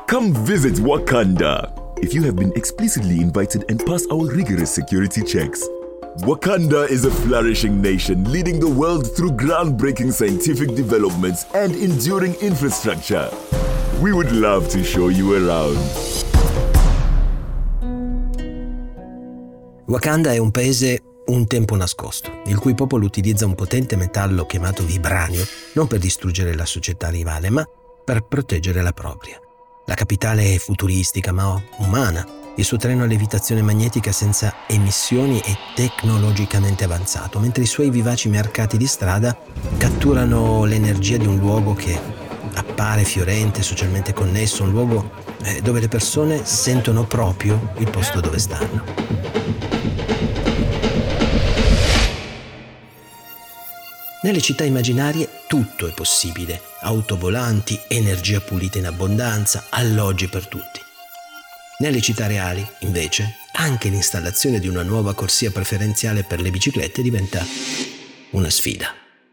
Come visit Wakanda if you have been explicitly invited and pass our rigorous security checks. Wakanda is a flourishing nation leading the world through groundbreaking scientific developments and enduring infrastructure. We would love to show you around. Wakanda è un paese un tempo nascosto, il cui popolo utilizza un potente metallo chiamato vibranio non per distruggere la società rivale, ma per proteggere la propria. La capitale è futuristica ma umana. Il suo treno a levitazione magnetica senza emissioni è tecnologicamente avanzato, mentre i suoi vivaci mercati di strada catturano l'energia di un luogo che appare fiorente, socialmente connesso, un luogo dove le persone sentono proprio il posto dove stanno. Nelle città immaginarie tutto è possibile: auto volanti, energia pulita in abbondanza, alloggi per tutti. Nelle città reali, invece, anche l'installazione di una nuova corsia preferenziale per le biciclette diventa una sfida.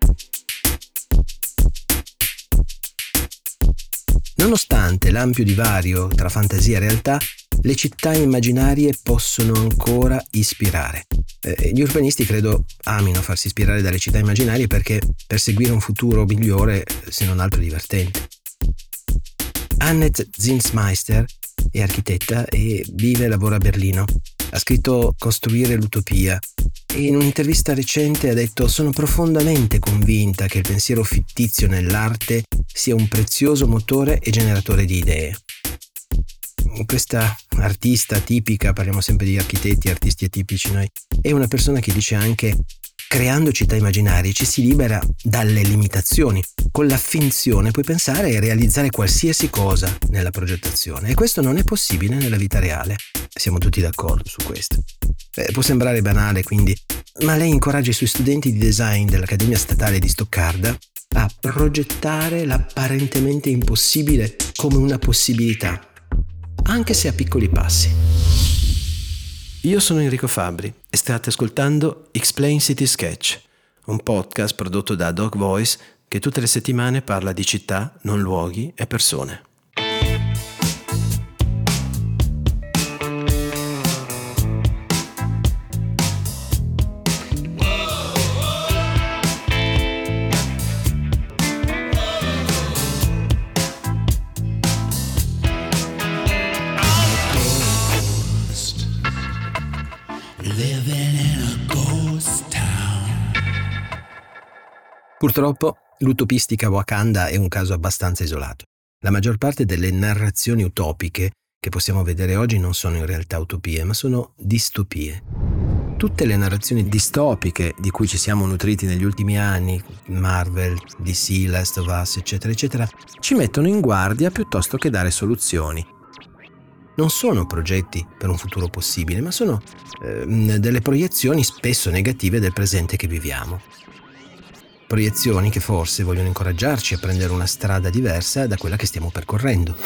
Nonostante l'ampio divario tra fantasia e realtà, le città immaginarie possono ancora ispirare. Gli urbanisti credo amino farsi ispirare dalle città immaginarie perché perseguire un futuro migliore, se non altro divertente. Annette Zinsmeister è architetta e vive e lavora a Berlino. Ha scritto Costruire l'utopia e in un'intervista recente ha detto: sono profondamente convinta che il pensiero fittizio nell'arte sia un prezioso motore e generatore di idee. Questa artista tipica, parliamo sempre di architetti, artisti atipici noi, è una persona che dice anche: creando città immaginarie ci si libera dalle limitazioni. Con la finzione puoi pensare e realizzare qualsiasi cosa nella progettazione, e questo non è possibile nella vita reale. Siamo tutti d'accordo su questo. Può sembrare banale, quindi, ma lei incoraggia i suoi studenti di design dell'Accademia Statale di Stoccarda a progettare l'apparentemente impossibile come una possibilità, anche se a piccoli passi. Io sono Enrico Fabbri e state ascoltando Explain City Sketch, un podcast prodotto da Dog Voice che tutte le settimane parla di città, non luoghi e persone. Purtroppo, l'utopistica Wakanda è un caso abbastanza isolato. La maggior parte delle narrazioni utopiche che possiamo vedere oggi non sono in realtà utopie, ma sono distopie. Tutte le narrazioni distopiche di cui ci siamo nutriti negli ultimi anni, Marvel, DC, Last of Us, eccetera, eccetera, ci mettono in guardia piuttosto che dare soluzioni. Non sono progetti per un futuro possibile, ma sono delle proiezioni spesso negative del presente che viviamo. Proiezioni che forse vogliono incoraggiarci a prendere una strada diversa da quella che stiamo percorrendo.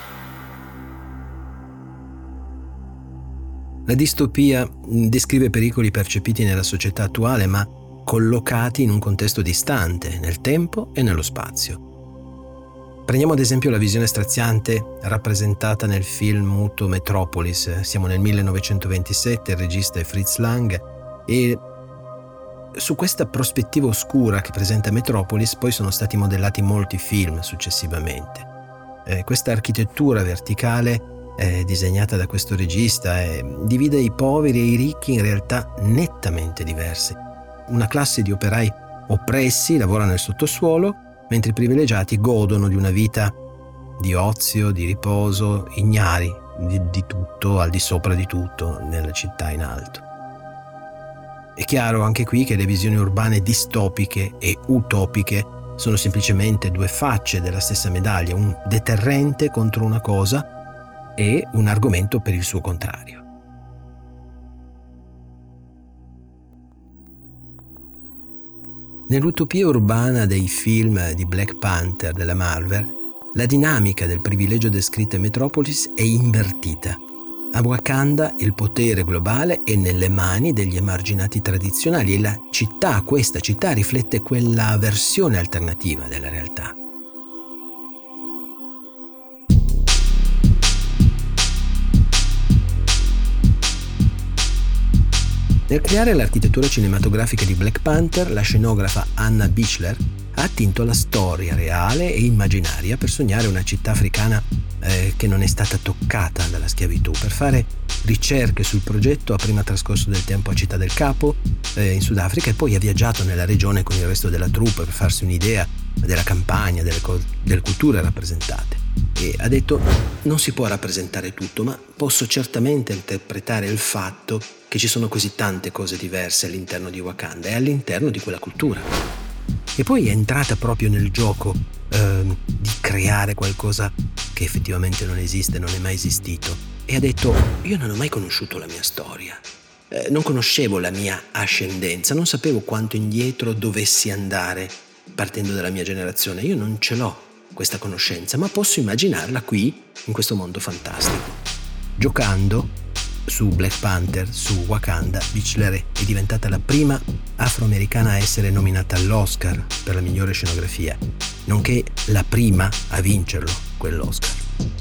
La distopia descrive pericoli percepiti nella società attuale, ma collocati in un contesto distante, nel tempo e nello spazio. Prendiamo ad esempio la visione straziante rappresentata nel film muto Metropolis. Siamo nel 1927, il regista è Fritz Lang, e su questa prospettiva oscura che presenta Metropolis poi sono stati modellati molti film successivamente. Questa architettura verticale disegnata da questo regista divide i poveri e i ricchi in realtà nettamente diverse. Una classe di operai oppressi lavora nel sottosuolo, mentre i privilegiati godono di una vita di ozio, di riposo, ignari di tutto, al di sopra di tutto, nella città in alto. È chiaro anche qui che le visioni urbane distopiche e utopiche sono semplicemente due facce della stessa medaglia, un deterrente contro una cosa e un argomento per il suo contrario. Nell'utopia urbana dei film di Black Panther della Marvel, la dinamica del privilegio descritta in Metropolis è invertita. A Wakanda il potere globale è nelle mani degli emarginati tradizionali e questa città riflette quella versione alternativa della realtà. Nel creare l'architettura cinematografica di Black Panther, la scenografa Anna Bichler ha attinto alla storia reale e immaginaria per sognare una città africana che non è stata toccata dalla schiavitù. Per fare ricerche sul progetto ha prima trascorso del tempo a Città del Capo, in Sudafrica, e poi ha viaggiato nella regione con il resto della troupe per farsi un'idea della campagna, delle culture rappresentate. E ha detto: non si può rappresentare tutto, ma posso certamente interpretare il fatto che ci sono così tante cose diverse all'interno di Wakanda e all'interno di quella cultura. E poi è entrata proprio nel gioco di creare qualcosa che effettivamente non esiste, non è mai esistito, e ha detto: io non ho mai conosciuto la mia storia, non conoscevo la mia ascendenza, non sapevo quanto indietro dovessi andare partendo dalla mia generazione, io non ce l'ho questa conoscenza, ma posso immaginarla qui, in questo mondo fantastico. Giocando su Black Panther, su Wakanda, Bichler è diventata la prima afroamericana a essere nominata all'Oscar per la migliore scenografia, nonché la prima a vincerlo, quell'Oscar.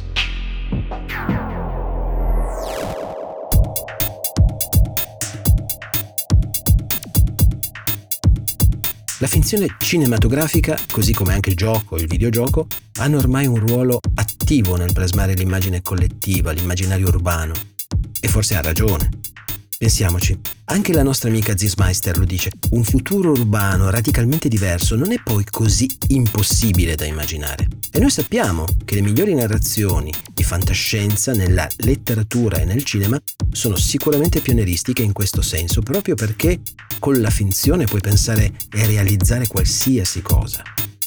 La finzione cinematografica, così come anche il gioco e il videogioco, hanno ormai un ruolo attivo nel plasmare l'immagine collettiva, l'immaginario urbano. E forse ha ragione. Pensiamoci, anche la nostra amica Zinsmeister lo dice: un futuro urbano radicalmente diverso non è poi così impossibile da immaginare. E noi sappiamo che le migliori narrazioni di fantascienza nella letteratura e nel cinema sono sicuramente pionieristiche in questo senso, proprio perché con la finzione puoi pensare e realizzare qualsiasi cosa.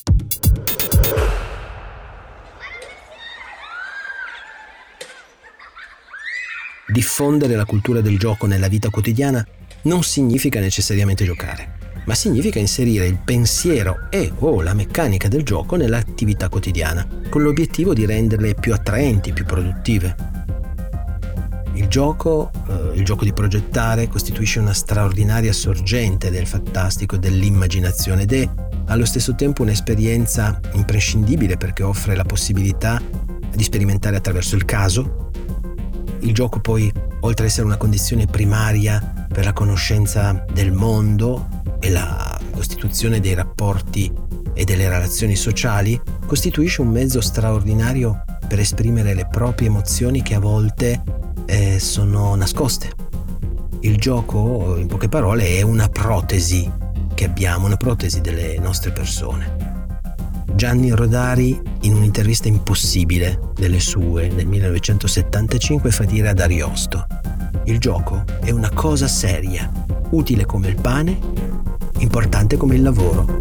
Diffondere la cultura del gioco nella vita quotidiana non significa necessariamente giocare, ma significa inserire il pensiero e/o la meccanica del gioco nell'attività quotidiana, con l'obiettivo di renderle più attraenti, più produttive. Il gioco di progettare, costituisce una straordinaria sorgente del fantastico e dell'immaginazione ed è allo stesso tempo un'esperienza imprescindibile perché offre la possibilità di sperimentare attraverso il caso. Il gioco poi, oltre ad essere una condizione primaria per la conoscenza del mondo e la costituzione dei rapporti e delle relazioni sociali, costituisce un mezzo straordinario per esprimere le proprie emozioni che a volte sono nascoste. Il gioco, in poche parole, è una protesi che abbiamo, una protesi delle nostre persone. Gianni Rodari, in un'intervista impossibile delle sue nel 1975, fa dire ad Ariosto: il gioco è una cosa seria, utile come il pane, importante come il lavoro.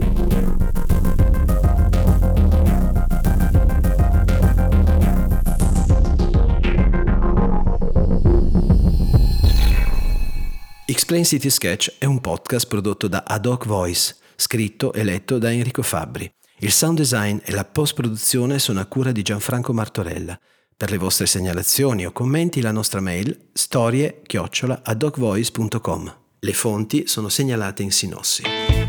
Explain City Sketch è un podcast prodotto da Ad Hoc Voice, scritto e letto da Enrico Fabbri. Il sound design e la post-produzione sono a cura di Gianfranco Martorella. Per le vostre segnalazioni o commenti la nostra mail storie@adhocvoice.com. Le fonti sono segnalate in sinossi.